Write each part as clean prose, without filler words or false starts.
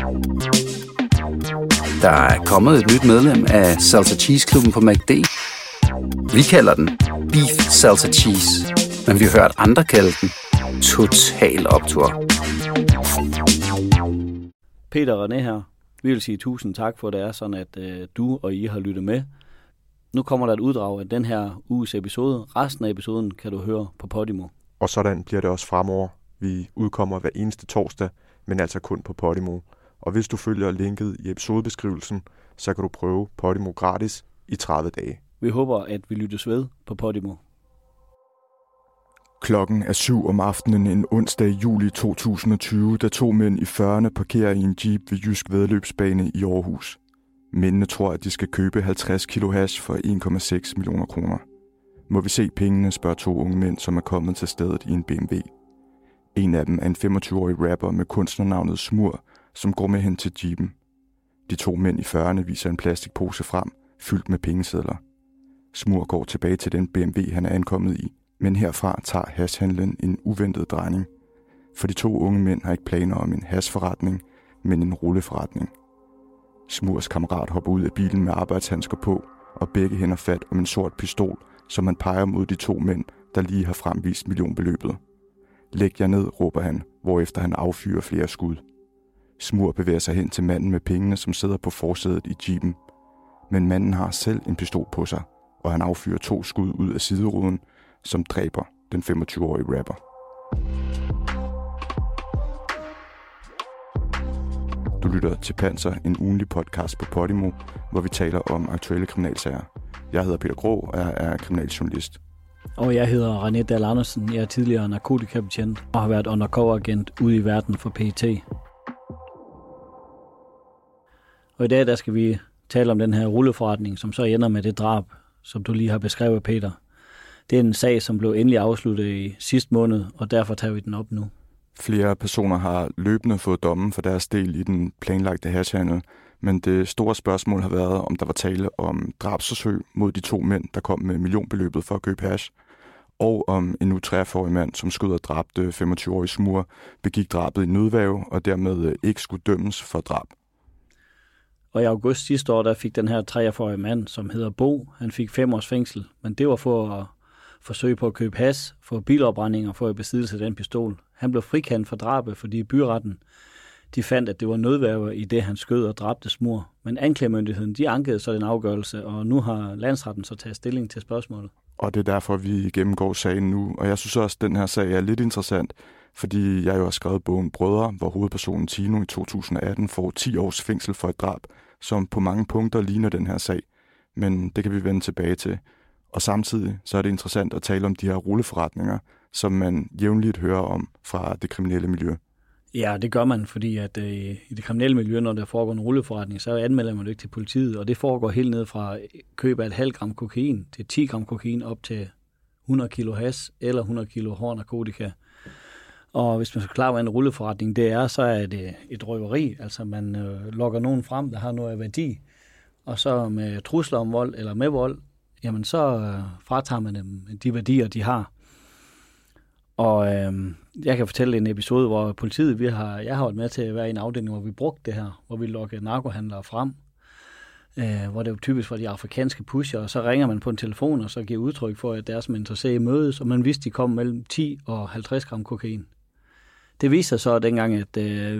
Der er kommet et nyt medlem af Salsa Cheese Klubben på McD. Vi kalder den Beef Salsa Cheese, men vi har hørt andre kalde den Total Optur. Peter og René her. Vi vil sige tusind tak for, at det er sådan, at du og I har lyttet med. Nu kommer der et uddrag af den her uges episode. Resten af episoden kan du høre på Podimo. Og sådan bliver det også fremover. Vi udkommer hver eneste torsdag, men altså kun på Podimo. Og hvis du følger linket i episodebeskrivelsen, så kan du prøve Podimo gratis i 30 dage. Vi håber, at vi lyttes ved på Podimo. Klokken er 7 om aftenen en onsdag i juli 2020, da 2 mænd i 40'erne parkerer i en jeep ved Jysk Væddeløbsbane i Aarhus. Mændene tror, at de skal købe 50 kilo hash for 1,6 millioner kroner. Må vi se pengene, spørger 2 unge mænd, som er kommet til stedet i en BMW. En af dem er en 25-årig rapper med kunstnernavnet Smur, som går med hen til jeepen. De 2 mænd i 40'erne viser en plastikpose frem, fyldt med pengesedler. Smur går tilbage til den BMW, han er ankommet i, men herfra tager hashhandlen en uventet drejning. For de 2 unge mænd har ikke planer om en hashforretning, men en rulleforretning. Smurs kammerat hopper ud af bilen med arbejdshandsker på, og begge hænder fat om en sort pistol, som han peger mod de 2 mænd, der lige har fremvist millionbeløbet. Læg jer ned, råber han, hvorefter han affyrer flere skud. Smur bevæger sig hen til manden med pengene, som sidder på forsædet i jeepen. Men manden har selv en pistol på sig, og han affyrer 2 skud ud af sideruden, som dræber den 25-årige rapper. Du lytter til Panser, en ugenlig podcast på Podimo, hvor vi taler om aktuelle kriminalsager. Jeg hedder Peter Grå, og jeg er kriminaljournalist. Og jeg hedder René Dahl Andersen. Jeg er tidligere narkotikabetjent og har været undercover-agent ude i verden for PET. Og i dag der skal vi tale om den her rulleforretning, som så ender med det drab, som du lige har beskrevet, Peter. Det er en sag, som blev endelig afsluttet i sidste måned, og derfor tager vi den op nu. Flere personer har løbende fået dommen for deres del i den planlagte hashhandel, men det store spørgsmål har været, om der var tale om drabsforsøg mod de 2 mænd, der kom med millionbeløbet for at købe hash, og om en nu 43-årig mand, som skød og dræbte 25-årige Smur, begik drabet i nødværge og dermed ikke skulle dømmes for drab. Og i august sidste år, der fik den her 43-årige mand, som hedder Bo, han fik 5 års fængsel, men det var for at forsøge på at købe hash, for bilopbrændinger, for at besiddelse af den pistol. Han blev frikendt for drabet, fordi byretten de fandt, at det var nødværge i det, han skød og dræbte Smur. Men anklagemyndigheden, de ankede så den afgørelse, og nu har landsretten så taget stilling til spørgsmålet. Og det er derfor, vi gennemgår sagen nu. Og jeg synes også, at den her sag er lidt interessant, fordi jeg jo har skrevet bogen Brødre, hvor hovedpersonen Tino i 2018 får 10 års fængsel for et drab, som på mange punkter ligner den her sag. Men det kan vi vende tilbage til. Og samtidig så er det interessant at tale om de her rulleforretninger, som man jævnligt hører om fra det kriminelle miljø. Ja, det gør man, fordi at i det kriminelle miljø, når der foregår en rulleforretning, så anmelder man det ikke til politiet, og det foregår helt ned fra køb af et halvt gram kokain til 10 gram kokain op til 100 kilo hash eller 100 kilo hård narkotika. Og hvis man skal klare, hvad en rulleforretning det er, så er det et røveri. Altså man lokker nogen frem, der har noget af værdi, og så med trusler om vold eller med vold, jamen så fratager man dem de værdier, de har. Og jeg kan fortælle en episode, hvor politiet, jeg har været med til at være i en afdeling, hvor vi brugte det her, hvor vi lokkede narkohandlere frem, hvor det jo typisk var de afrikanske pusher, og så ringer man på en telefon, og så giver udtryk for, at deres interesserede mødes, og man vidste, de kom mellem 10 og 50 gram kokain. Det viste sig så dengang, at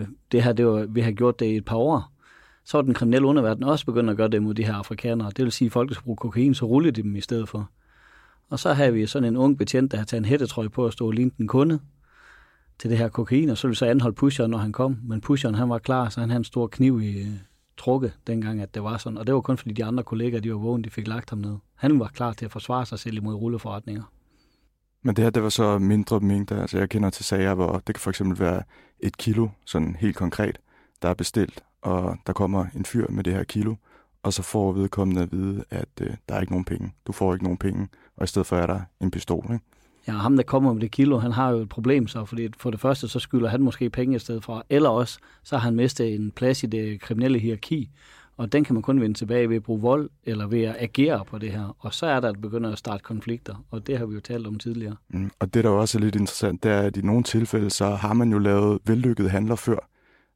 vi har gjort det i et par år. Så var den kriminelle underverden også begyndt at gøre det mod de her afrikanere. Det vil sige, at folk, der skal bruge kokain, så rullede de dem i stedet for. Og så havde vi sådan en ung betjent, der havde taget en hættetrøje på at stå og ligne en kunde til det her kokain, og så ville så anholde pusheren, når han kom. Men pusheren, han var klar, så han havde en stor kniv i trukket, dengang at det var sådan. Og det var kun fordi de andre kollegaer, de var vågne, de fik lagt ham ned. Han var klar til at forsvare sig selv imod rulleforretninger. Men det her, det var så mindre mængder. Altså jeg kender til sager, hvor det kan for eksempel være 1 kilo, sådan helt konkret, der er bestilt, og der kommer en fyr med det her kilo, og så får vedkommende at vide, at der er ikke nogen penge. Du får ikke nogen penge, og i stedet for er der en pistol, ikke? Ja, ham der kommer med det kilo, han har jo et problem så, fordi for det første, så skylder han måske penge i stedet for, eller også, så har han mistet en plads i det kriminelle hierarki, og den kan man kun vinde tilbage ved at bruge vold, eller ved at agere på det her, og så er der, at begynder at starte konflikter, og det har vi jo talt om tidligere. Og det, der også er lidt interessant, det er, at i nogle tilfælde, så har man jo lavet vellykkede handler før,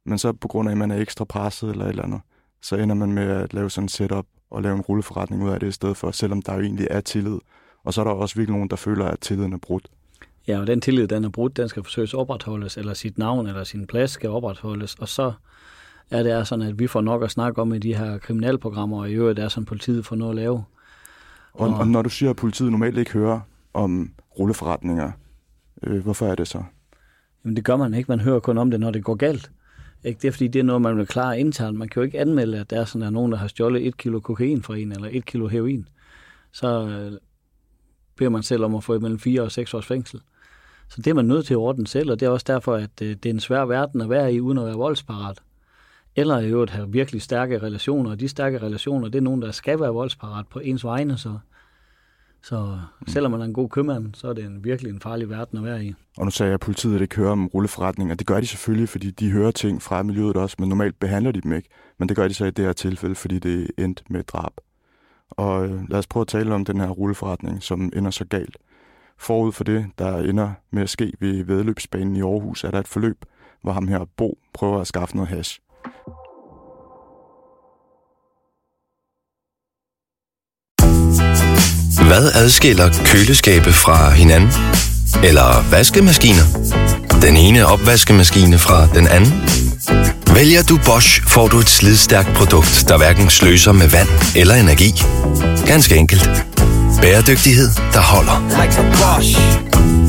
Men så på grund af, at man er ekstra presset eller et eller andet, så ender man med at lave sådan en setup og lave en rulleforretning ud af det i stedet for, selvom der jo egentlig er tillid. Og så er der også virkelig nogen, der føler, at tilliden er brudt. Ja, og den tillid, den er brudt, den skal forsøges opretholdes, eller sit navn eller sin plads skal opretholdes, og så er det sådan, at vi får nok at snakke om i de her kriminalprogrammer, og i øvrigt er sådan, politiet får noget at lave. Og når du siger, at politiet normalt ikke hører om rulleforretninger, hvorfor er det så? Jamen det gør man ikke, man hører kun om det, når det går galt. Ikke? Det er fordi, det er noget, man vil klare internt. Man kan jo ikke anmelde, at der er sådan, at nogen, der har stjålet 1 kilo kokain fra en, eller 1 kilo heroin. Så beder man selv om at få mellem 4 og 6 års fængsel. Så det er man nødt til at ordne selv, og det er også derfor, at det er en svær verden at være i, uden at være voldsparat. Eller i øvrigt have virkelig stærke relationer, og de stærke relationer, det er nogen, der skal være voldsparat på ens vegne, så selvom man er en god købmand, så er det virkelig en farlig verden at være i. Og nu sagde jeg, at politiet ikke hører om rulleforretninger. Det gør de selvfølgelig, fordi de hører ting fra miljøet også, men normalt behandler de dem ikke. Men det gør de så i det her tilfælde, fordi det er endt med drab. Og lad os prøve at tale om den her rulleforretning, som ender så galt. Forud for det, der ender med at ske ved væddeløbsbanen i Aarhus, er der et forløb, hvor ham her Bo prøver at skaffe noget hash. Hvad adskiller køleskabe fra hinanden? Eller vaskemaskiner? Den ene opvaskemaskine fra den anden? Vælger du Bosch, får du et slidstærkt produkt, der hverken sløser med vand eller energi. Ganske enkelt. Bæredygtighed, der holder. Like a Bosch.